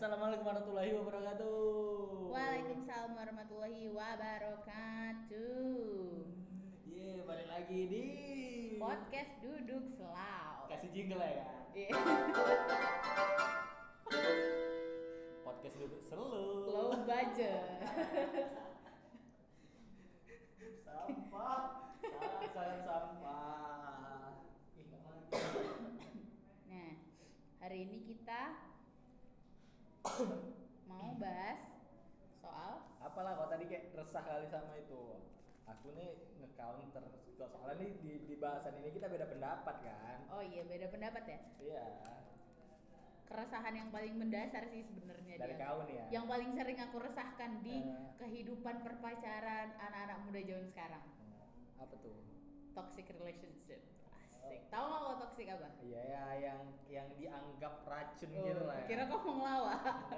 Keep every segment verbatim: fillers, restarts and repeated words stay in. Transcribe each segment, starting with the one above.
Assalamualaikum warahmatullahi wabarakatuh. Waalaikumsalam warahmatullahi wabarakatuh. Ye, balik lagi di Podcast Duduk Selau. kasih jingle ya. Iya. Podcast duduk selalu. Low budget. Sampah. Salah sayang sampah. Ih, nggak lagi. Nah, hari ini kita mau bahas soal Apalah kok tadi kayak resah kali sama itu. Aku nih nge-counter. Kok soalnya nih di, di bahasan ini kita beda pendapat kan? oh iya beda pendapat ya. Iya. Keresahan yang paling mendasar sih sebenarnya Dari dia. kau nih ya. Yang paling sering aku resahkan di Eh. kehidupan perpacaran anak-anak muda zaman sekarang. Apa tuh? Toxic relationship. Asik. Oh. Tahu nggak lo toxic apa? Iya ya, yang yang dianggap racun Oh, gitu lah ya. kira kau mau ngelawak.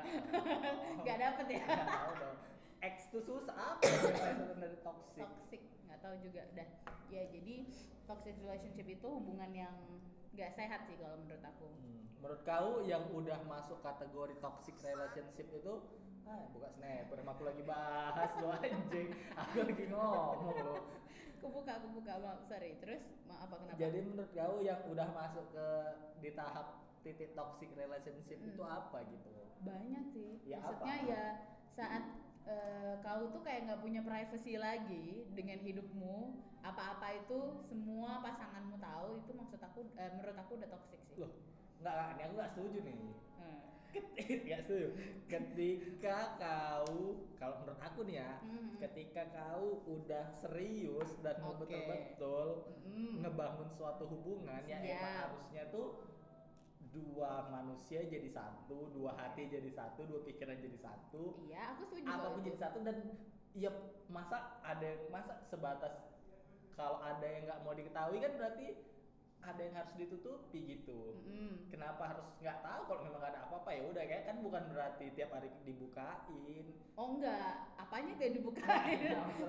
Nggak dapet ya. Nggak tahu dong. X tuh susah apa ya dari toxic. Toxic nggak tahu juga dah. Ya jadi toxic relationship itu hubungan yang nggak sehat sih kalau menurut aku. Hmm. Menurut kau yang udah masuk kategori toxic relationship itu, ah buka snapper, emang aku lagi bahas lo anjing. Aku lagi ngomong lo. Aku buka, aku buka, maaf, sorry. Terus maaf apa kenapa? Jadi menurut kau yang udah masuk ke di tahap titik toxic relationship Hmm. itu apa gitu? Banyak sih. Ya, Maksudnya apa? ya saat eh, kau tuh kayak nggak punya privacy lagi dengan hidupmu, apa-apa itu semua pasanganmu tahu, itu maksud aku, eh, menurut aku udah toxic sih. Loh, enggak, ini aku nggak setuju nih. Hmm. Nggak setuju. Ketika kau, kalau menurut aku nih ya, Mhm. ketika kau udah serius dan mau Oke. betul-betul Mhm. ngebangun suatu hubungan, ya Siap. emang harusnya tuh dua manusia jadi satu, dua hati jadi satu, dua pikiran jadi satu, Iya, aku setuju. kalau apapun itu. jadi satu. Dan ya masa ada yang masa sebatas kalau ada yang nggak mau diketahui kan berarti ada yang harus ditutupi gitu. Mm-mm. Kenapa harus nggak tahu kalau memang nggak ada apa-apa, ya udah kayak kan bukan berarti tiap hari dibukain. Oh enggak, apanya kayak dibukain?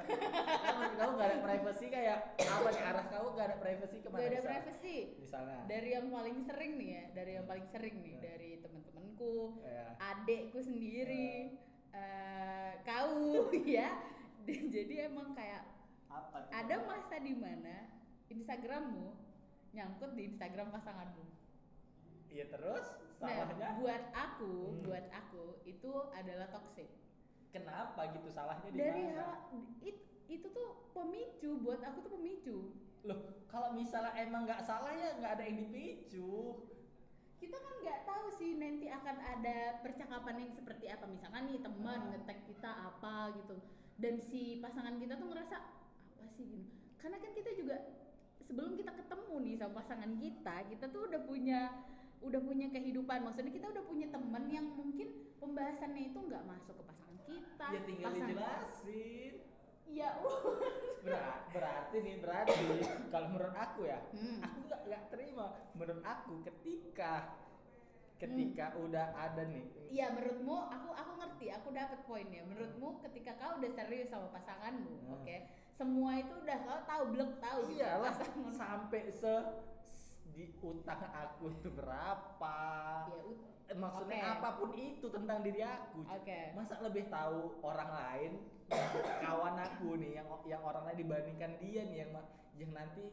Kan kamu nggak ada privacy, kayak apa nih arah kamu nggak ada privacy kemana? Gak ada bisa? privacy. Di sana. Dari yang paling sering nih ya, dari yang paling sering nih, Hmm. dari teman-temanku, Iya. adekku sendiri, eh, kau ya. Dan jadi emang kayak Apa? tuh? ada masa di mana Instagrammu nyangkut di Instagram pasanganmu. Iya, terus salahnya Nah, buat aku, Hmm. buat aku itu adalah toxic. kenapa gitu, salahnya di Dari mana? hal it, itu tuh pemicu, buat aku tuh pemicu. Loh, kalau misalnya emang nggak salah ya nggak ada yang dipicu. Kita kan nggak tahu sih nanti akan ada percakapan yang seperti apa, misalkan nih teman Ah. nge-tag kita apa gitu dan si pasangan kita tuh ngerasa apa sih gitu, karena kan kita juga sebelum kita ketemu nih sama pasangan kita kita tuh udah punya udah punya kehidupan, maksudnya kita udah punya teman yang mungkin pembahasannya itu nggak masuk ke pasangan kita. Ya tinggal Pasangan- dijelasin. ya Berat, berarti nih berarti kalau menurut aku ya, Hmm. aku nggak nggak terima. Menurut aku ketika ketika udah ada nih, Iya, menurutmu aku aku ngerti, aku dapat poinnya. Menurutmu ketika kau udah serius sama pasanganmu, Hmm. oke, semua itu udah kau tahu, blek tahu gitu. iyalah pasangan. sampai se di utang aku tuh berapa. Ya, ut- Eh, Maksudnya Oke. apapun itu tentang diri aku. Oke. Masa lebih tahu orang lain, kawan aku nih yang yang orang lain dibandingkan dia nih yang ma- yang nanti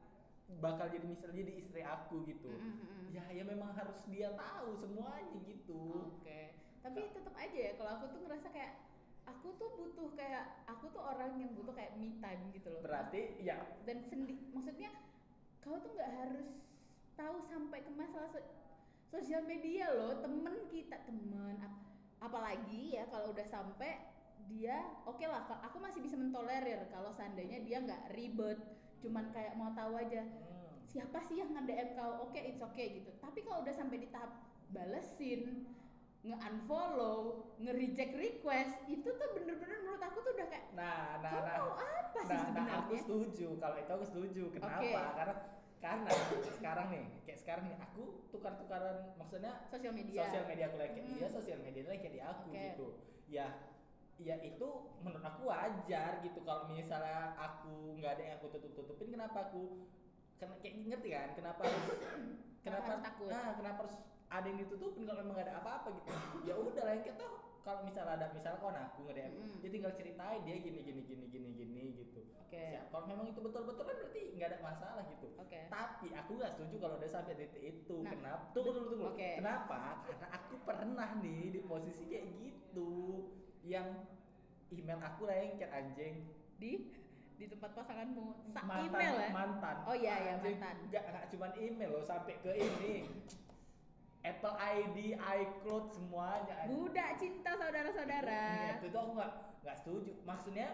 bakal jadi misalnya jadi istri aku gitu. Mm, mm, mm. Ya ya memang harus dia tahu semuanya gitu. Oke. Tapi tetap aja ya kalau aku tuh ngerasa kayak aku tuh butuh kayak aku tuh orang yang butuh kayak me time gitu loh. Berarti ya Dan sendi maksudnya kau tuh nggak harus tahu sampai ke masalah so- sosial media loh, temen kita temen ap- apalagi ya kalau udah sampai dia oke lah, ka- aku masih bisa mentolerir kalau seandainya dia nggak ribet, cuman kayak mau tahu aja hmm, siapa sih yang nge-D M kau, oke it's okay gitu. Tapi kalau udah sampai di tahap balesin, nge-unfollow, nge-reject request, itu tuh bener-bener menurut aku tuh udah kayak nah nah kau nah. mau apa sih Nah, nah sebenarnya? aku setuju. Kalau itu aku setuju. Kenapa? Oke. Karena karena sekarang nih, kayak sekarang nih aku tukar-tukaran, maksudnya Sosial media. sosial media aku lagi kayak Hmm. dia, sosial media lagi kayak di aku Oke. gitu. Ya ya itu menurut aku wajar gitu. Kalau misalnya aku nggak ada yang aku tutup-tutupin, kenapa aku Ken- kayak ngerti kan kenapa harus kenapa harus takut? nah kenapa harus ada yang ditutupin kalau memang gak ada apa-apa gitu. Ya udah lah, yang kita kalau misalnya ada misalnya kawan aku nge-D M, Mm. dia tinggal ceritain dia gini gini gini gini gini gitu. Oke. Siap. Kalau memang itu betul-betul kan berarti nggak ada masalah gitu. Oke. Tapi aku nggak setuju kalau udah sampai titik itu. Nah, Kenapa? Tunggu dulu tunggu. oke. Kenapa? Karena aku pernah nih di posisi kayak gitu, yang email aku lengket anjing. Di di tempat pasanganmu sa Mantan, email ya? mantan. Oh iya ya, Anjing. mantan. Nggak nggak cuma email loh, sampai ke ini. Apple I D, iCloud semuanya. Budak cinta saudara-saudara. Itu, itu tuh aku nggak nggak setuju. Maksudnya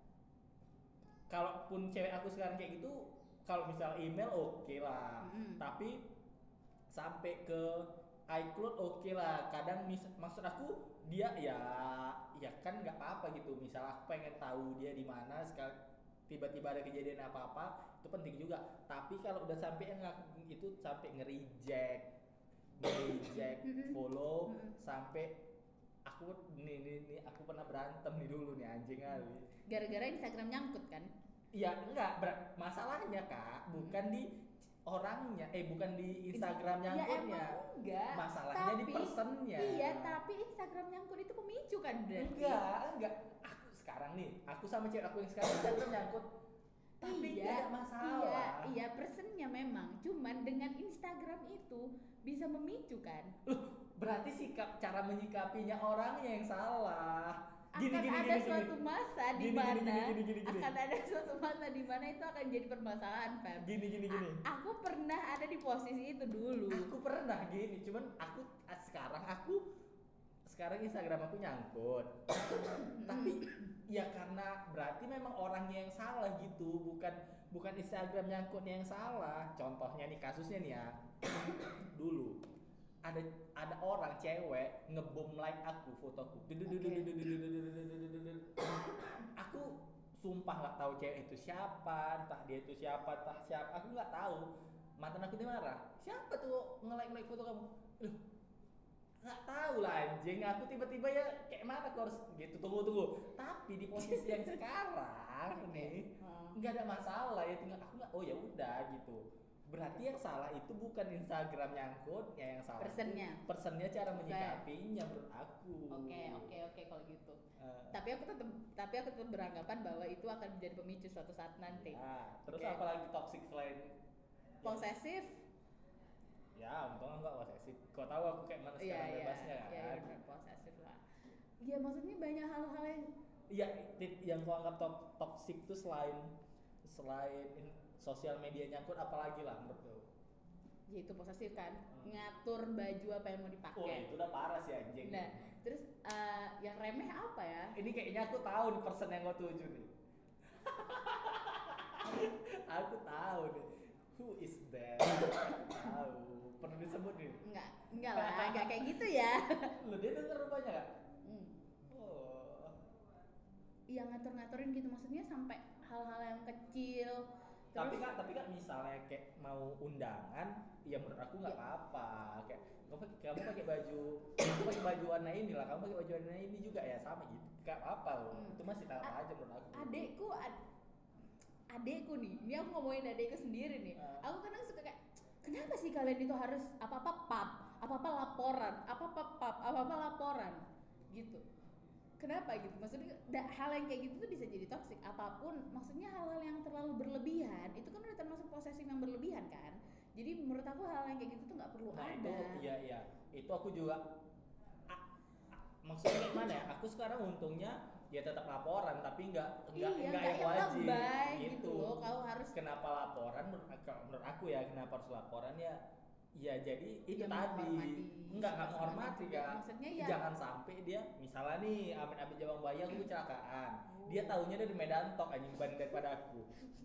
kalaupun cewek aku sekarang kayak gitu, kalau misal email oke okay lah. Mm. Tapi sampai ke iCloud oke okay lah. Kadang mis maksud aku dia ya ya kan nggak apa-apa gitu. Misal aku pengen tahu dia di mana sekarang, tiba-tiba ada kejadian apa-apa, itu penting juga. Tapi kalau udah sampai yang itu sampai nge-reject nge-reject follow sampai aku nih nih nih aku pernah berantem nih dulu nih anjing kali. Gara-gara Instagram nyangkut kan? Iya, enggak, ber- masalahnya Kak bukan di orangnya, eh bukan di Instagram nyangkutnya. Ya emang enggak. Masalahnya di Tapi- personnya. Iya, tapi Instagram nyangkut itu pemicu kan berarti? Enggak, enggak. Aku sekarang nih, aku sama cewek aku yang sekarang Instagram nyangkut. Tapi iya, enggak ada masalah. Iya, iya personnya memang. Cuman dengan Instagram itu bisa memicu kan? Loh, berarti sikap cara menyikapinya orangnya yang salah. Gini, akan gini, ada gini, suatu gini. masa di Gini, gini, mana gini, gini, gini, gini. akan ada suatu masa di mana itu akan jadi permasalahan, Feb. Gini gini gini. A- aku pernah ada di posisi itu dulu. Aku pernah gini, cuman aku ah, sekarang aku sekarang Instagram aku nyangkut. Tapi ya karena berarti memang orangnya yang salah gitu, bukan bukan Instagram nyangkutnya yang salah. Contohnya nih kasusnya nih ya. Dulu ada ada orang cewek ngebom like aku fotoku. Aku sumpah nggak tahu cewek itu siapa, entah dia itu siapa, entah siapa, aku nggak tahu. Mantan aku dia marah, siapa tuh nge-like nge-like foto kamu? Loh, nggak tahu lah anjing. Aku tiba-tiba ya kayak mana aku harus gitu, tunggu tunggu. Tapi di posisi yang sekarang nih Hmm. nggak ada masalah ya, tinggal aku nggak, oh ya udah gitu. Berarti yang salah itu bukan Instagram nyangkut, ya yang salah itu Personnya. personnya, cara menyikapinya menurut aku. Oke, oke, oke kalau gitu. Eh, Tapi aku tetap tapi aku tetap beranggapan bahwa itu akan menjadi pemicu suatu saat nanti. ya, terus Oke. apalagi toxic selain Posesif. ya, untung enggak posesif. Kau tahu aku kayak mana Iya, sekarang iya. bebasnya kan? Iya, benar posesif lah. Ya maksudnya banyak hal-hal yang Iya, tip yang kau anggap to toxic itu selain selain in- sosial media nyangkut, apalagi lah menurut kau? ya itu posesif kan, Hmm. ngatur baju apa yang mau dipakai. Oh, itu udah parah sih anjing. Nah, terus eh, yang remeh apa ya? Ini kayaknya aku tahu nih person yang kau tuju nih. Aku tahu nih. Who is that? Aku tahu. Pernah disebut nih. Enggak, enggak lah, enggak kayak gitu ya. Lo dia denger rupanya gak? Hmm. Oh. Iya ngatur-ngaturin gitu, maksudnya sampai hal-hal yang kecil. Terus, Tapi kak, tapi kak misalnya kayak mau undangan, ya menurut aku nggak Iya. apa-apa. Kayak kamu pakai kamu pakai baju, kamu pakai baju warna ini lah, kamu pakai baju warna ini juga ya sama gitu. Gak apa-apa loh. Hmm. Itu masih tahu A- aja menurut aku. adekku ad, adekku nih, ini aku ngomongin adekku sendiri nih. Ah. Aku kadang suka kayak, kenapa sih kalian itu harus apa-apa pap, apa-apa laporan, apa-apa pap, apa-apa laporan, gitu. Kenapa gitu? Maksudnya da- hal yang kayak gitu tuh bisa jadi toksik. Apapun, maksudnya hal-hal yang terlalu berlebihan itu kan udah termasuk posesif yang berlebihan kan. Jadi menurut aku hal yang kayak gitu tuh nggak perlu Nah ada. itu, iya iya, itu aku juga. a- a- maksudnya kayak mana ya? Aku sekarang untungnya ya tetap laporan, tapi nggak nggak Iya, nggak nggak yang yang wajib lebay gitu. gitu loh. Kalau harus Kenapa laporan? Menurut, kalau menurut aku ya, kenapa harus laporan ya? Ya jadi itu Ya, tadi menghormati enggak nggak suasana menghormati juga. kak. Maksudnya ya- Jangan sampai dia misalnya nih amit-amit Jawang Bayi aku kecelakaan, dia taunya dari Medan Tok anjing dibanding daripada aku.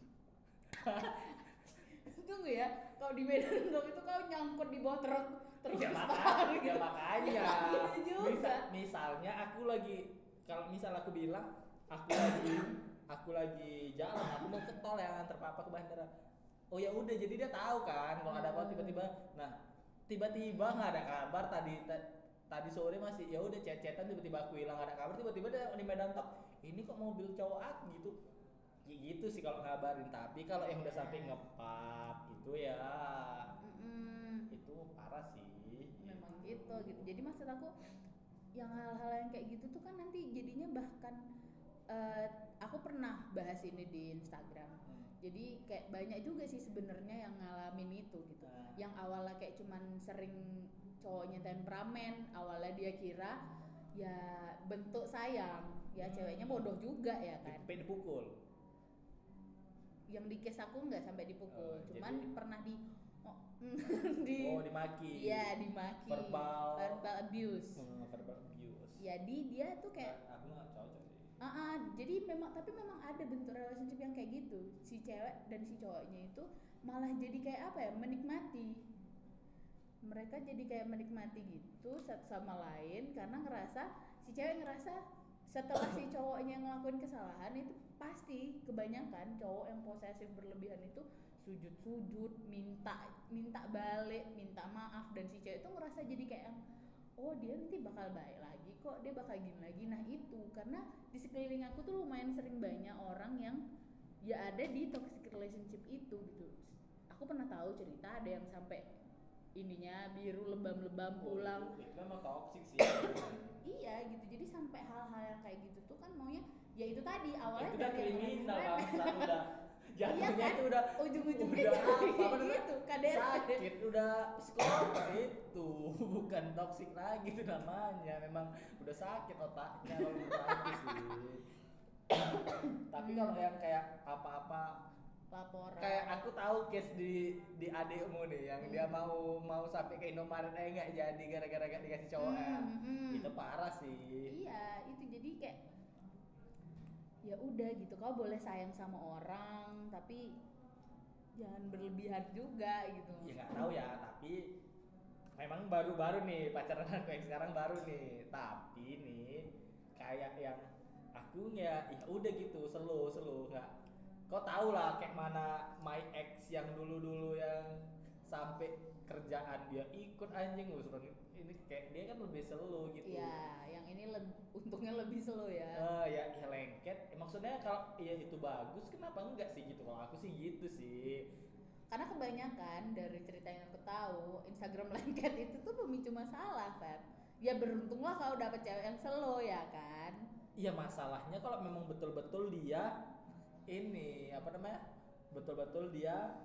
tunggu ya, kalau di Medan Dok itu kau nyangkut di bawah truk terus Ya besar makanya, gitu. ya makanya. Ya, gitu juga. Misa- misalnya aku lagi, kalau misal aku bilang aku lagi aku lagi jalan, aku mau ke tol yang antar papa ke bandara. Oh ya udah, jadi dia tahu kan kalau ada apa tiba-tiba. Nah, tiba-tiba nggak ada kabar tadi ta- tadi sore masih ya udah chat-chatan, tiba-tiba aku hilang nggak ada kabar, tiba-tiba dia di Medan Tok. Ini kok mobil cowok aku gitu. Ya gitu sih kalau ngabarin, tapi kalau yang udah sampai ngepap itu ya Mm-mm. itu parah sih. Memang loh gitu. Jadi maksud aku yang hal-hal yang kayak gitu tuh kan nanti jadinya bahkan uh, aku pernah bahas ini di Instagram. Hmm. Jadi kayak banyak juga sih sebenarnya yang ngalamin itu gitu. Nah. Yang awalnya kayak cuman sering cowoknya temperamen, awalnya dia kira ya bentuk sayang, ya hmm. ceweknya bodoh juga ya kan. Sampai dipukul. Yang di case aku nggak sampai dipukul, oh, cuman jadi... pernah di oh, di oh dimaki. Iya, dimaki. Verbal verbal abuse. Hmm, verbal abuse. Jadi dia tuh kayak nah, aku nggak cocok sih. Uh, uh, jadi memang tapi memang ada bentuk relationship yang kayak gitu. Si cewek dan si cowoknya itu malah jadi kayak apa ya? Menikmati. Mereka jadi kayak menikmati gitu satu sama lain karena ngerasa si cewek ngerasa setelah si cowoknya ngelakuin kesalahan itu pasti kebanyakan cowok yang posesif berlebihan itu sujud-sujud, minta minta balik, minta maaf dan si cewek itu ngerasa jadi kayak oh dia nanti bakal baik lagi kok, dia bakal gini lagi. Nah itu karena di sekeliling aku tuh lumayan sering banyak orang yang ya ada di toxic relationship itu gitu. Aku pernah tahu cerita ada yang sampai ininya biru lebam-lebam pulang. Oh, itu memang toxic sih. Iya gitu, jadi sampai hal-hal yang kayak gitu tuh kan maunya ya itu tadi awalnya itu udah kriminal bangsa udah jatuhnya iya kan? Itu udah ujung-ujungnya udah apa gitu kadang sakit udah psikologis itu bukan toksik lagi itu namanya, memang udah sakit otaknya kalau menurut aku sih. Tapi kalau yang kayak apa-apa laporan kayak aku tahu case di di adikmu nih yang hmm. dia mau mau sampai ke Indomaret eh nggak jadi gara-gara gak dikasih cowok hmm, hmm. itu parah sih. Iya itu jadi kayak ya udah gitu, kau boleh sayang sama orang tapi jangan berlebihan juga gitu. Ya nggak tahu ya, tapi memang baru-baru nih pacaran aku yang sekarang baru nih, tapi nih kayak yang aku ya ya udah gitu slow slow nggak. Kau tau lah kayak mana my ex yang dulu-dulu yang sampai kerjaan dia ikut anjing usuran ini kayak dia kan lebih slow gitu. Iya, yang ini le- untungnya lebih slow ya. Eh uh, ya, ya lengket. Eh, maksudnya kalau ya itu bagus kenapa enggak sih gitu? Kalau aku sih gitu sih. Karena kebanyakan dari cerita yang aku tahu Instagram lengket itu tuh pemicu masalah, Feb. Ya beruntunglah kalau dapet cewek yang slow ya kan. Iya masalahnya kalau memang betul-betul dia ini apa namanya betul-betul dia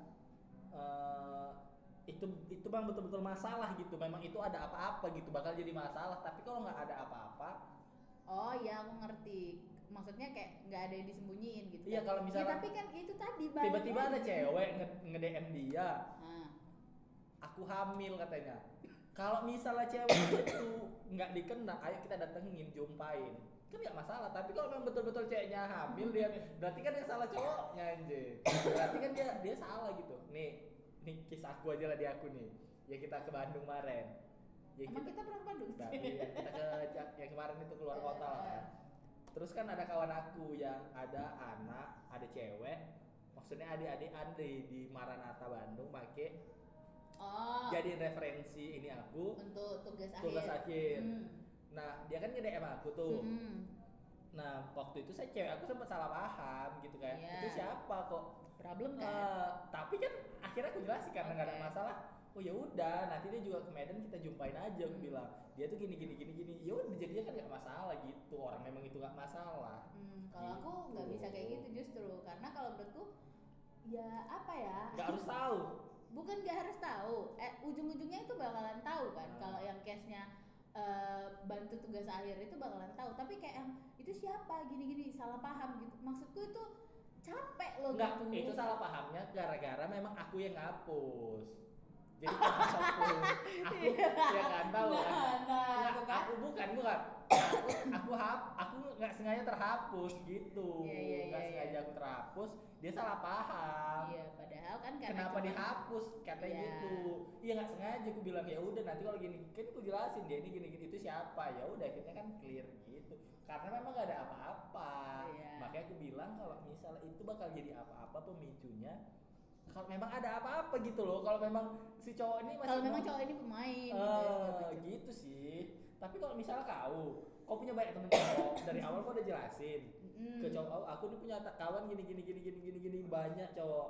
uh, itu itu bang betul-betul masalah gitu, memang itu ada apa-apa gitu bakal jadi masalah. Tapi kalau nggak ada apa-apa oh ya aku ngerti maksudnya kayak nggak ada yang disembunyiin gitu. Iya kalau misalnya ya, tapi kan itu tadi tiba-tiba ada cewek nge-D M dia hmm. aku hamil katanya. Kalau misalnya cewek itu nggak dikenal ayo kita datengin jumpain kan nggak masalah. Tapi kalau memang betul-betul ceweknya hamil dia berarti kan yang salah cowoknya anjir. Berarti kan dia dia salah gitu. Nih nih kisah aku aja lah di aku nih ya kita ke Bandung kemarin ya. Emang kita, kita pernah ke Bandung? Tapi kita ke yang kemarin itu keluar kota lah kan. Terus kan ada kawan aku yang ada anak ada cewek maksudnya adik-adikan di, di Maranatha Bandung pakai oh. jadi referensi ini aku untuk tugas akhir. Tugas akhir. Hmm. Nah dia kan nge-D M aku tuh. Hmm. Nah waktu itu saya cewek aku sempat salah paham gitu kayak yeah. itu siapa kok problem kan? Uh, tapi kan akhirnya aku jelasin karena nggak okay. ada masalah. Oh ya udah nanti dia juga ke Medan kita jumpain aja. Aku hmm. bilang dia tuh gini gini gini gini. Ya udah jadinya kan nggak masalah gitu. Orang memang itu nggak masalah. Hmm, kalau gitu. Aku nggak bisa kayak gitu justru karena kalau menurutku ya apa ya? Nggak harus tahu. Bukan nggak harus tahu. Eh ujung-ujungnya itu bakalan tahu kan. Hmm. Kalau yang case-nya uh, bantu tugas akhir itu bakalan tahu. Tapi kayak yang itu siapa gini-gini salah paham gitu. Maksudku itu capek loh. Enggak, gitu. itu salah pahamnya gara-gara memang aku yang ngapus. Jadi aku aku ya kan tahu nah, kan. Nah, Nggak, kan? aku bukan bukan. Aku aku hap, aku nggak sengaja terhapus gitu. Iya, iya, Nggak iya, sengaja iya. aku terhapus, dia salah paham. Iya, padahal kan karena kenapa cuman, dihapus katanya iya. gitu. Iya nggak sengaja aku bilang ya udah nanti kalau gini kan aku jelasin dia ini gini gini itu siapa. Ya udah akhirnya kan clear gitu. Karena memang nggak ada apa-apa. Iya. Makanya aku bilang kalau misalnya itu bakal jadi apa-apa pemicunya kalau memang ada apa-apa gitu loh. Kalau memang si cowok ini masih kalau memang cowok ini pemain uh, gitu, gitu sih. Tapi kalau misalnya kau kau punya banyak temen cowok dari awal kau udah jelasin mm. ke cowok aku nih punya kawan gini gini gini gini gini gini banyak cowok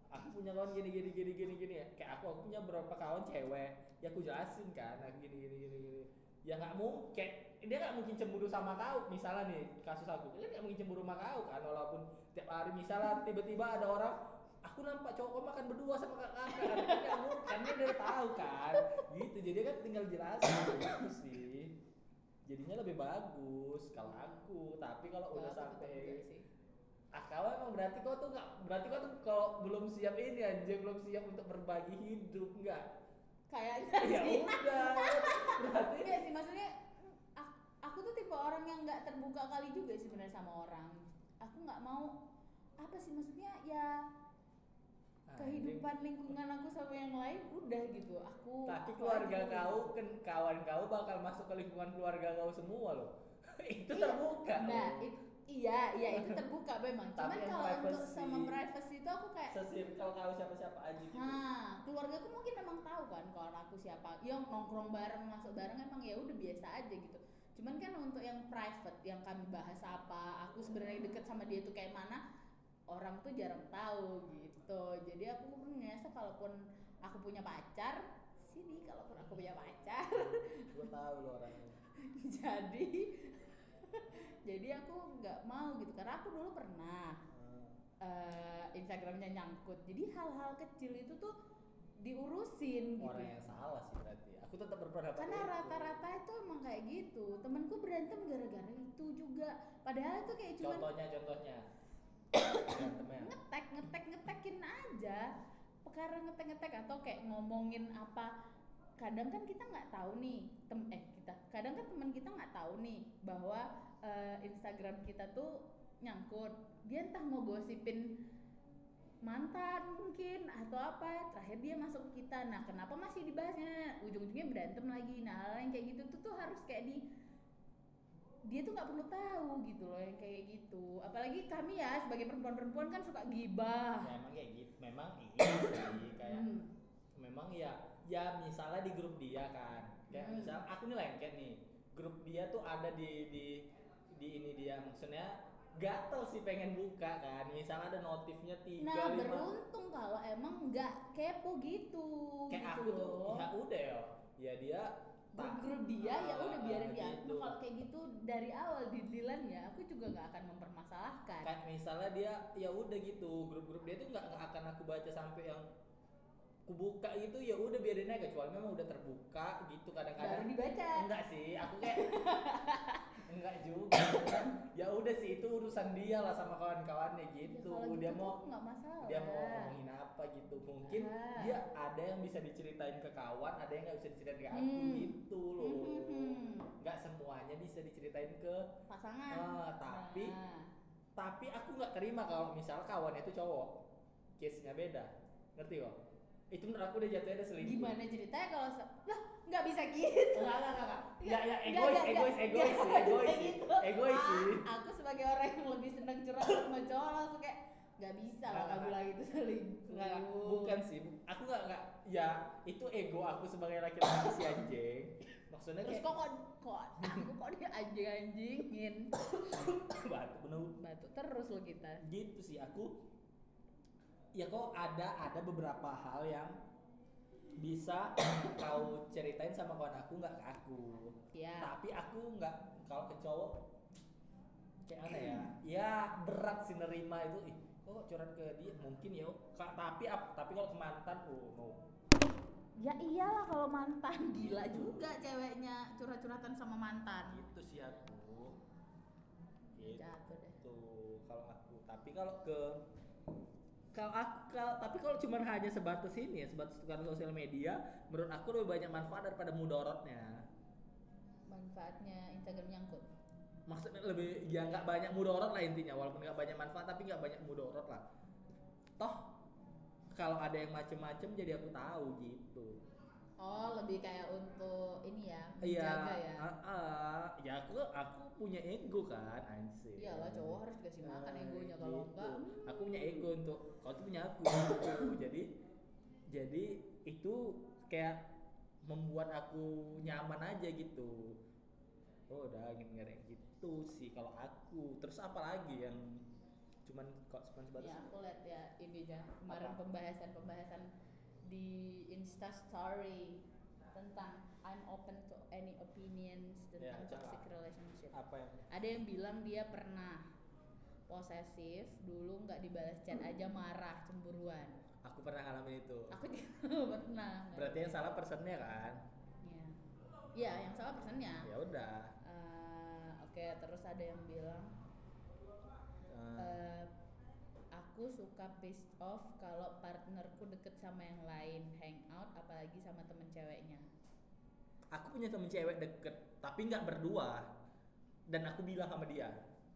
aku punya kawan gini gini gini gini gini ya. Kayak aku aku punya beberapa kawan cewek, ya aku jelasin kan, aku gini gini gini gini. Ya nggak mungkin, dia nggak mungkin cemburu sama kau. Misalnya nih kasus aku, dia nggak mungkin cemburu sama kau kan, walaupun tiap hari misalnya tiba-tiba ada orang, aku nampak cowok kau makan berdua sama kakak kan, nggak mungkin, dia udah tahu kan, gitu. Jadi kan tinggal jelasin gitu sih. Jadinya lebih bagus kalau aku, tapi kalau udah sampai ah kau emang berarti kau tuh nggak, berarti kau tuh kalau belum siap ini aja, belum siap untuk berbagi hidup nggak? Kayaknya Ya sih. udah, berarti Iya sih, maksudnya aku, aku tuh tipe orang yang nggak terbuka kali juga sebenarnya sama orang. Aku nggak mau apa sih maksudnya ya kehidupan lingkungan aku sama yang lain udah gitu. Aku tapi aku keluarga aja kau gitu. kan, kawan kau bakal masuk ke lingkungan keluarga kau semua loh. Itu Iya, terbuka nah loh. it- iya iya itu terbuka memang. Tapi Cuman yang kalau untuk privacy, sama privacy itu aku kayak sesirkel kau siapa-siapa aja gitu. nah keluargaku mungkin memang tahu kan kalau aku siapa, yang nongkrong bareng masuk bareng emang ya udah biasa aja gitu. Cuman kan untuk yang private yang kami bahas apa, aku sebenarnya deket sama dia tuh kayak mana, orang tuh jarang tahu gitu. Jadi aku pun ngerasa kalaupun aku punya pacar, sini kalaupun aku punya pacar. Gue tahu lo orangnya. jadi jadi aku nggak mau gitu karena aku dulu pernah uh, Instagramnya nyangkut. Jadi hal-hal kecil itu tuh diurusin gitu. Orang yang salah sih berarti. Aku tetap berpendapat Karena itu. rata-rata itu emang kayak gitu. Temenku berantem gara-gara itu juga. Padahal itu kayak cuman Contohnya, contohnya. Berantemnya. ngetek ngetek ngetekin aja. Perkara ngetek ngetek atau kayak ngomongin apa. Kadang kan kita nggak tahu nih, tem eh kita. Kadang kan teman kita nggak tahu nih bahwa uh, Instagram kita tuh nyangkut. Dia entah mau gosipin mantan mungkin atau apa, terakhir dia masuk ke kita. Nah kenapa masih dibahasnya, ujung-ujungnya berantem lagi. Nah hal yang kayak gitu tuh, tuh harus kayak di dia tuh nggak perlu tahu gitu loh yang kayak gitu. Apalagi kami ya sebagai perempuan-perempuan kan suka gibah. Ya emang kayak gitu, memang iya sih kayak hmm. memang ya ya misalnya di grup dia kan, kayak Hmm. misal aku nih lengket nih, grup dia tuh ada di di di ini dia, maksudnya gatel sih pengen buka kan, misalnya ada notifnya tiga Nah lima, beruntung kalau emang nggak kepo gitu. kayak gitu aku tuh loh. ya udah ya ya dia grup-grup dia ya udah biarin dia. gitu. Nah, kalau kayak gitu dari awal dealannya aku juga nggak akan mempermasalahkan. Kayak misalnya dia ya udah gitu, grup-grup dia tuh nggak nggak akan aku baca sampai yang ku buka itu, ya udah biarin aja, kecuali memang udah terbuka gitu kadang-kadang. Baru dibaca. Enggak sih, aku kayak enggak juga. Ya udah sih itu urusan dia lah sama kawan-kawannya gitu. Ya, kalau dia gitu mau tuh nggak masalah. dia mau ngomongin apa gitu. Mungkin Ah. dia ada yang bisa diceritain ke kawan, ada yang nggak bisa diceritain ke aku Hmm. gitu loh. Hmm, hmm, hmm. Nggak semuanya bisa diceritain ke Pasangan. ah, tapi Nah. tapi aku nggak terima kalau misal kawannya itu cowok, case-nya beda, ngerti kok? Itu menurut aku udah jatuhnya ada selingkuh. Gimana ceritanya kalau se- lah nggak bisa gitu. Enggak, enggak, enggak. Ya, ya, Nggak, egois, nggak, egois, nggak. egois sih, Nggak egois bisa sih. gitu. Egois Ah, sih. Aku sebagai orang yang lebih seneng curhat sama cowok langsung kayak nggak bisa lah Nggak, kamu nggak. bilang itu selingkuh. Enggak, enggak. Bukan sih. Aku enggak, enggak. Ya, itu ego aku sebagai laki-laki si anjing. Maksudnya Terus kayak kok kok kok aku kok dia anjing-anjingin. batu bener. Batu terus lo kita. Gitu sih aku. Ya kok ada ada beberapa hal yang bisa kau ceritain sama kawan aku, nggak ke aku. Ya. Tapi aku nggak, kalau ke cowok kayak mana ya? Ya berat sih nerima itu. Ih, kok curhat ke dia? Mungkin ya. Kak, tapi ap- tapi kalau ke mantan, oh no. Ya iyalah kalau mantan, gila juga ceweknya curhat-curhatan sama mantan. Gitu sih aku. Gitu. Jatuh deh. Kalau aku. Tapi kalau ke kalau aku kalau, tapi kalau cuma hanya sebatas ini ya, sebatas tukar sosial media, menurut aku lebih banyak manfaat daripada mudorotnya. Manfaatnya Instagram nyangkut. Maksudnya lebih ya nggak banyak mudorot lah intinya, walaupun nggak banyak manfaat tapi nggak banyak mudorot lah. Toh kalau ada yang macem-macem jadi aku tahu gitu. Oh, lebih kayak untuk ini ya, Iya, menjaga ya. uh, uh, ya aku aku punya ego kan, anjir. Iyalah cowok harus dikasih makan Nah, egonya, kalau gitu. enggak. hmm. Aku punya ego untuk, kau tuh punya aku gitu. Jadi jadi itu kayak membuat aku nyaman aja gitu. Oh udah gini gitu sih kalau aku. Terus apa lagi yang cuman kok cuman sebatas Ya aku lihat ya ininya kemarin Apa? pembahasan-pembahasan di Insta Story tentang I'm open to any opinions Ya, tentang toxic apa? relationship. Apa yang Ada yang bilang dia pernah posesif, dulu nggak dibalas chat aja marah, cemburuan. aku pernah ngalamin itu. Aku juga pernah. Berarti yang salah personnya kan? Ya, ya yang salah personnya. Ya udah. Eh, Oke, terus ada yang bilang Eh, eh, aku suka pissed off kalau partnerku deket sama yang lain, hangout apalagi sama temen ceweknya. aku punya temen cewek deket, tapi nggak berdua. Dan aku bilang sama dia.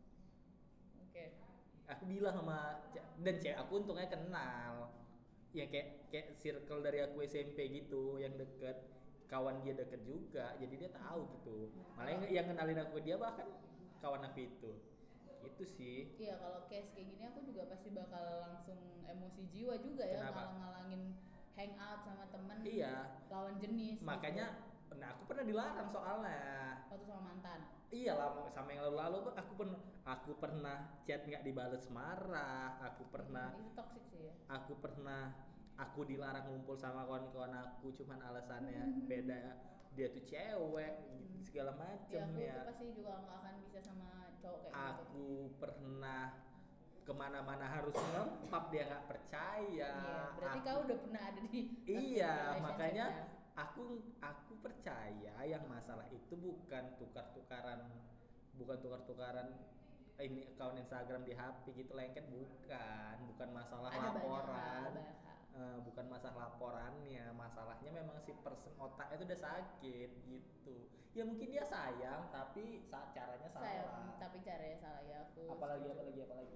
Oke. Aku bilang sama ce- dan cewek aku untungnya kenal. Ya kayak kayak circle dari aku S M P gitu, yang deket. Kawan dia deket juga, jadi dia tahu gitu. Malah yang, yang kenalin aku ke dia bahkan kawan aku itu. Itu sih. Iya, kalau case kayak gini aku juga pasti bakal langsung emosi jiwa juga ya, Kenapa? ngalang-ngalangin hangout sama temen Iya. lawan jenis. Makanya, gitu. nah aku pernah dilarang soalnya. Waktu sama mantan. Iya lah, mau- sama yang lalu-lalu aku pernah aku pernah chat nggak dibales marah, aku pernah Itu toxic sih ya. aku pernah aku dilarang ngumpul sama kawan-kawan aku cuman alasannya beda, dia tuh cewek gitu, segala Ya macem aku ya. tuh pasti juga nggak akan bisa sama cowok kayak gitu. Aku pernah kemana-mana harus ngempap, dia nggak percaya. Iya, berarti Aku- kau udah pernah ada di toxic Iya, relationship makanya ya? aku aku percaya yang masalah itu bukan tukar-tukaran bukan tukar-tukaran ini akun Instagram di H P gitu, lengket bukan, bukan masalah Ada banyak hal, laporan. banyak hal. Eh, bukan masalah laporannya, masalahnya memang si person otaknya itu udah sakit gitu. Ya mungkin dia sayang tapi sa- caranya Saya, salah. tapi caranya salah ya aku. Apalagi setuju. apalagi apalagi.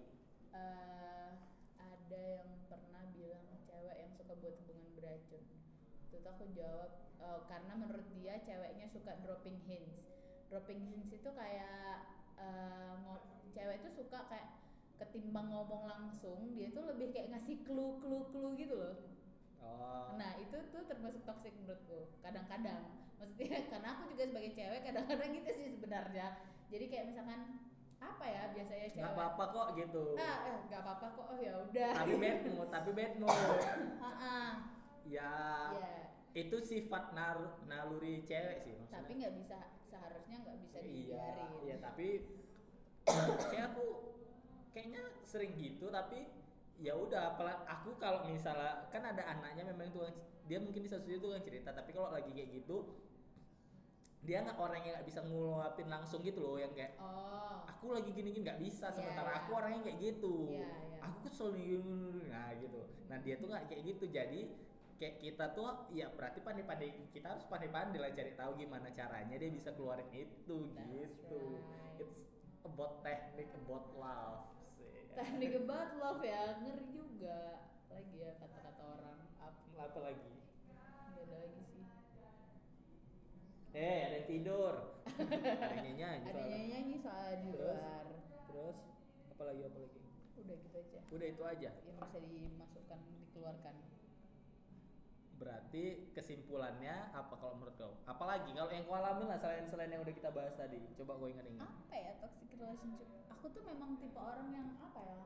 Eh, ada yang pernah bilang cewek yang suka buat hubungan beracun. Itu tuh aku jawab eh, karena menurut dia ceweknya suka dropping hints. Dropping hints itu kayak eh, ngo- cewek tuh suka kayak ketimbang ngomong langsung, dia tuh lebih kayak ngasih clue clue clue gitu loh. Oh. Nah itu tuh termasuk toxic menurutku. Kadang-kadang, maksudnya karena aku juga sebagai cewek kadang-kadang gitu sih sebenarnya. Jadi kayak misalkan apa ya biasanya cewek. Nggak apa-apa kok gitu. Ah, eh nggak apa-apa kok. Oh ya udah. Tapi bad mood, tapi bad mood. Ha-ha. Ya, Ya. itu sifat nar- naluri cewek sih maksudnya. Tapi nggak bisa, seharusnya nggak bisa Iya, dibiarin. iya tapi kayak aku kayaknya sering gitu, tapi ya udah apalah aku kalau misalnya kan ada anaknya memang tukang, dia mungkin di satu sisi tukang cerita, tapi kalau lagi kayak gitu dia nggak orang yang nggak bisa ngeluapin langsung gitu loh, yang kayak Oh. aku lagi gini-gini nggak bisa, Iya, sementara iya. aku orangnya kayak gitu. Iya, iya. Aku kesel nih, nah gitu. Nah dia tuh nggak kayak gitu, jadi kayak kita tuh ya berarti pandai-pandai, kita harus pandai-pandai lah cari tahu gimana caranya dia bisa keluarin itu. That's Gitu. right. It's about technique, about love sih. Teknik about love ya, ngeri juga. Lagi ya kata-kata orang. Apa? Apa lagi? Nggak ada lagi sih. Eh ada yang tidur. Ada yang nyanyi. Ada soalnya. nyanyi soal di Terus? luar. Terus apa lagi apa lagi? Udah gitu aja. Udah itu aja. Yang bisa dimasukkan, dikeluarkan. Berarti kesimpulannya apa kalau menurut kau? Apalagi kalau yang kau alami lah selain selain yang udah kita bahas tadi. Coba kau ingat-ingat. Apa ya toxic relationship? Aku tuh memang tipe orang yang apa ya?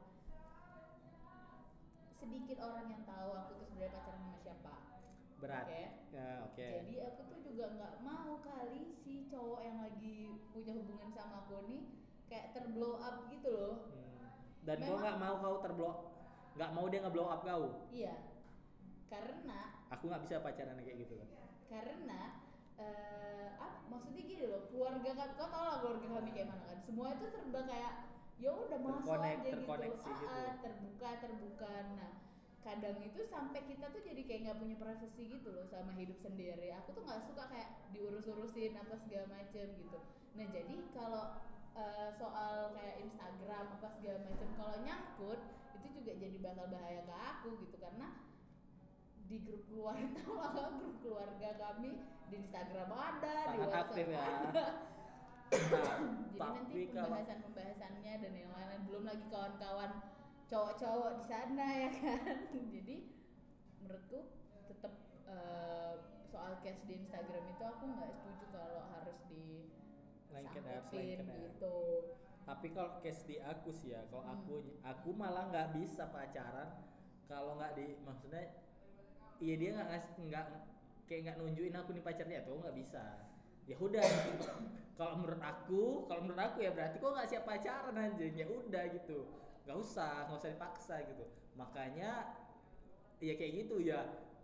Sedikit orang yang tahu aku tuh sebenarnya pacaran sama siapa. Berat. Oke. Ya, oke. Jadi aku tuh juga nggak mau kali si cowok yang lagi punya hubungan sama aku nih kayak terblow up gitu loh. Hmm. Dan kau Memang- nggak mau kau terblow, nggak mau dia ngeblow up kau. Iya. Karena Aku nggak bisa pacaran kayak gitu kan. karena eh apa maksudnya gini loh, keluarga kan kau tau lah keluarga kami kayak mana kan, semua itu serba kayak ya udah masuk Terkonek- aja terkoneksi gitu, gitu. Ah, ah, terbuka terbuka. Nah kadang itu sampai kita tuh jadi kayak nggak punya privacy gitu loh sama hidup sendiri. Aku tuh nggak suka kayak diurus-urusin apa segala macem gitu. Nah jadi kalau eh, soal kayak Instagram apa segala macem, kalau nyangkut itu juga jadi bakal bahaya ke aku gitu, karena di grup keluarga tahu lah, grup keluarga kami di Instagram ada, di Sangat WhatsApp aktif ya. ada. Nah, Jadi tapi nanti kalau pembahasan-pembahasannya dan yang lain-lain, belum lagi kawan-kawan cowok-cowok di sana ya kan. Jadi menurutku tetap eh, soal cash di Instagram itu aku nggak setuju kalau harus di lengket harus sangkutin lengket ya. gitu. Tapi kalau case di aku sih ya, kalau Hmm. aku aku malah nggak bisa pacaran kalau nggak di maksudnya iya dia nggak ngasih nggak kayak nggak nunjukin aku nih pacarnya tuh nggak bisa. Ya udah. Kalau menurut aku, kalau menurut aku ya berarti kok nggak siap pacaran anjing. Ya udah gitu. Nggak usah, nggak usah dipaksa gitu. Makanya ya kayak gitu ya.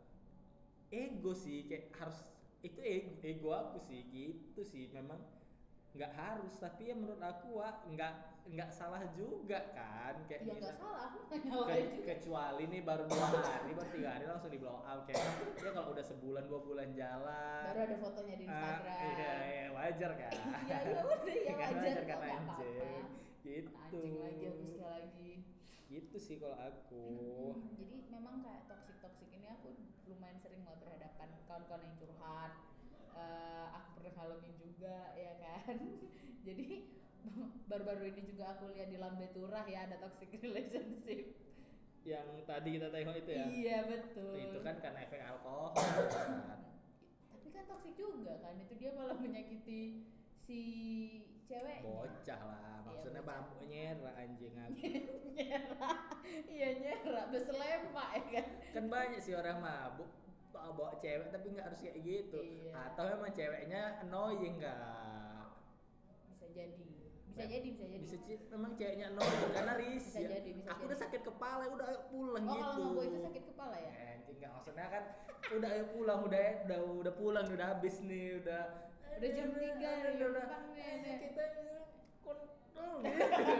Ego sih kayak harus itu ego, ego aku sih gitu sih memang nggak harus tapi ya menurut aku Wak, nggak nggak salah juga kan kayak Ya gitu. nggak salah, aku nggak Ke- nyalain juga. kecuali nih baru dua hari baru tiga hari langsung di blow out kayak ya kalau udah sebulan dua bulan jalan Baru ada fotonya di ah, Instagram. iya, iya wajar kan Ya ya udah ya Kan wajar kok kan nggak anjing apa-apa. gitu Anjing lagi aku sekali lagi. gitu sih kalau aku Hmm, jadi memang kayak toxic toxic ini aku lumayan sering lah berhadapan kawan-kawan yang curhat. Eh, aku pernah ngalamin juga ya kan. Jadi baru-baru ini juga aku lihat di Lambe Turah ya ada toxic relationship. yang tadi kita tengok itu ya Iya betul. itu kan karena efek alkohol kan. Tapi kan toxic juga kan, itu dia malah menyakiti si cewek. Bocah lah maksudnya bocah. bambu nyerah anjing aku Nyerah, iya nyerah, beselemak ya kan. kan banyak sih orang mabuk bawa bawa cewek tapi nggak harus kayak gitu Iya. atau memang ceweknya annoying nggak Bisa jadi, bisa Mem- jadi, bisa jadi. bisa ci- memang ceweknya annoying karena risih Bisa ya. jadi, bisa aku jadi. udah sakit kepala udah ayo pulang Oh gitu kalau mabuk itu sakit kepala ya? Eh, anjing nggak maksudnya kan udah ayo pulang udah udah udah pulang udah habis nih udah Udah jam tiga udah, nih, udah, udah, numpang nih, eh, nih. kita kontrol gitu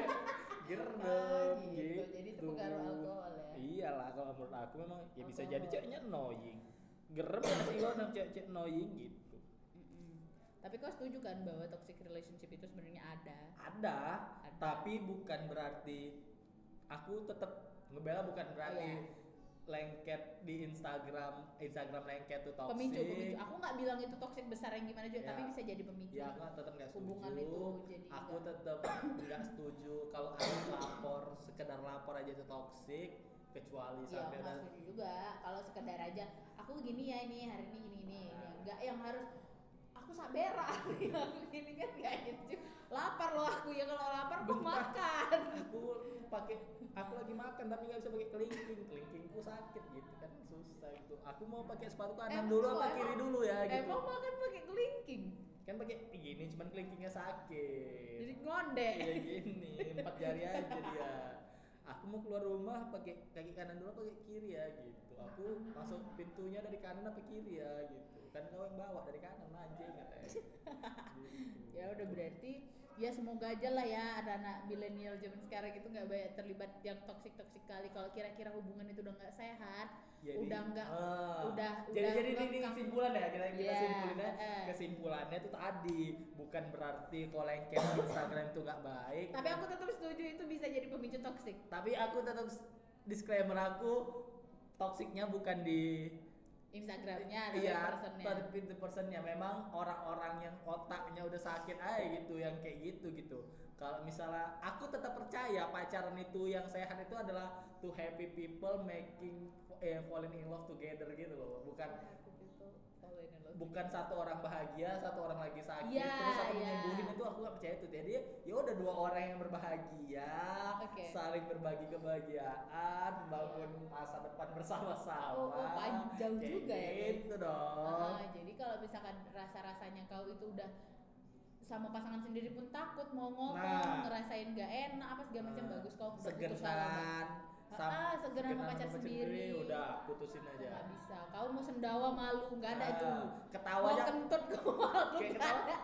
gerem Oh, gitu, gitu. Jadi itu pengaruh alkohol ya? Iyalah kalau menurut aku memang ya bisa Alkohol. jadi ceweknya annoying gerem ya sih orang cewek-cewek annoying gitu Mm-mm. Tapi kau setuju kan bahwa toxic relationship itu sebenarnya ada? ada, Ada. tapi bukan berarti aku tetap ngebela bukan berarti Iya. lengket di Instagram Instagram lengket tuh toxic Pemicu, pemicu. Aku nggak bilang itu toxic besar yang gimana juga, Ya. tapi bisa jadi pemicu. ya aku tetap nggak setuju Hubungan itu jadi aku enggak. tetap nggak setuju kalau harus lapor sekedar lapor aja itu toxic kecuali Iya, sampai aku nggak udah setuju juga. Kalau sekedar aja, aku gini ya ini hari ini ini ini, ini. Nggak yang harus aku sabera. Aku gini kan nggak gitu. Lapar loh aku ya kalau lapar aku Bentar. makan. aku pakai aku lagi makan tapi nggak bisa pakai kelingking kelingkingku sakit gitu kan susah itu aku mau pakai sepatu kanan Emang dulu kok apa emang- kiri dulu ya gitu Emang makan pakai kelingking. kan pakai gini cuman kelingkingnya sakit Jadi ngonde. kayak gini empat jari aja dia aku mau keluar rumah pakai kaki kanan dulu apa pakai kiri ya gitu aku masuk pintunya dari kanan apa kiri ya gitu kan kau yang bawa dari kanan anjing katanya gitu. Ya udah berarti ya semoga aja lah ya ada anak milenial zaman sekarang itu nggak banyak terlibat yang toksik toksik kali. Kalau kira-kira hubungan itu udah nggak sehat, Jadi, udah nggak ah, udah jadi udah jadi ini, ini ngekang- kesimpulan ya kita kita Iya, simpulin ya eh. kesimpulannya tuh tadi bukan berarti kalau lengket di Instagram itu nggak baik Tapi aku tetap setuju itu bisa jadi pemicu toksik. tapi aku tetap s- disclaimer aku toksiknya bukan di Instagramnya ada iya personnya. tapi itu personnya memang orang-orang yang otaknya udah sakit aja gitu yang kayak gitu gitu kalau misalnya aku tetap percaya pacaran itu yang sehat itu adalah to happy people making eh, falling in love together gitu loh bukan bukan satu orang bahagia satu orang lagi sakit Iya, terus satu iya. menyembuhin itu aku gak percaya itu jadi ya udah dua orang yang berbahagia Oke. saling berbagi kebahagiaan membangun masa depan bersama-sama Oh, oh, pan- jauh Kayak juga ya, Dek. gitu dong Ah, jadi kalau misalkan rasa-rasanya kau itu udah sama pasangan sendiri pun takut mau ngomong, Nah. ngerasain gak enak apa segala macam, Nah, bagus kau putus sama segenan Ah, ah, segenan sama pacar sendiri. udah putusin aja nggak bisa. Kau mau sendawa malu nggak ada Ah, itu. ketawa Mau aja kentut kau malu Kayak nggak ketawa. ada.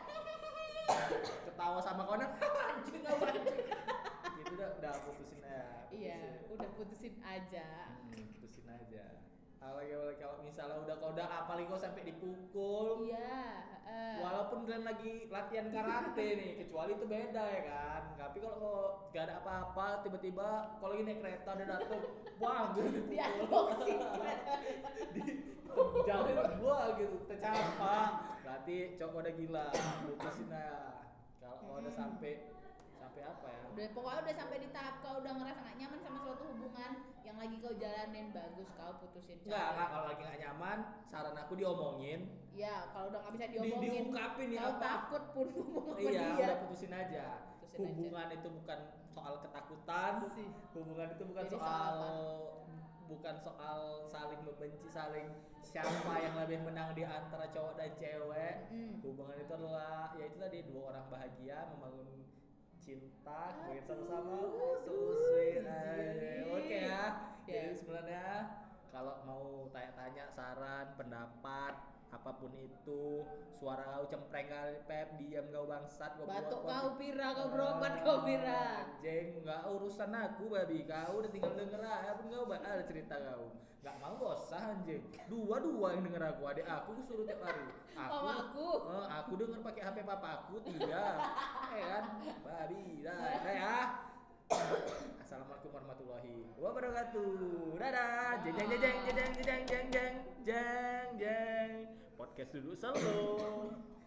ketawa sama kawan anjing apa anjing gitu udah udah putusin aja Iya, putusin. udah putusin aja. Hmm, putusin aja apalagi apalagi kalau misalnya udah kau udah apalagi kau sampai dipukul Iya. eh. walaupun kalian lagi latihan karate nih kecuali itu beda ya kan tapi kalau kau gak ada apa-apa tiba-tiba kalau lagi naik kereta udah dateng wah gue dipukul Diadopsi. di jauhin gua gitu tercapa berarti cowok udah gila putusin aja kalau kau udah Hmm. sampai sampai apa ya? Udah pokoknya udah sampai di tahap kau udah ngerasa gak nyaman sama suatu hubungan yang lagi kau jalanin, bagus kau putusin. Enggak, enggak, kalau lagi nggak nyaman, saran aku diomongin. Ya, kalau udah nggak bisa Di, diomongin, diungkapin nih kau apa? takut pun ngomong sama Iya, dia. udah putusin aja. Putusin Hubungan itu bukan soal ketakutan. Sih. Hubungan itu bukan Jadi soal soal, apa? bukan soal saling membenci, saling siapa yang lebih menang di antara cowok dan cewek. Mm. Hubungan itu adalah ya itu tadi dua orang bahagia membangun cinta, kemudian sama-sama. Oh, so sweet. Aduh. Oke ya. Ya. Jadi sebenarnya kalau mau tanya-tanya saran, pendapat, apapun itu, suara kau cempreng kali Pep, diam kau bangsat, kau Batuk buat- kau pira, kau berobat kau pira. Anjing, enggak urusan aku babi, kau udah tinggal denger aja pun kau bakal cerita kau. Enggak mau bosah anjing. Dua-dua yang denger aku, adik aku suruh tiap hari. Aku, Mama aku. Eh, aku denger pakai H P papa aku tidak. Eh kan, babi. Dah, dah ya. Assalamualaikum warahmatullahi wabarakatuh. Dadah. Jeng jeng jeng jeng jeng jeng jeng jeng jeng jeng. Podcast duduk selalu.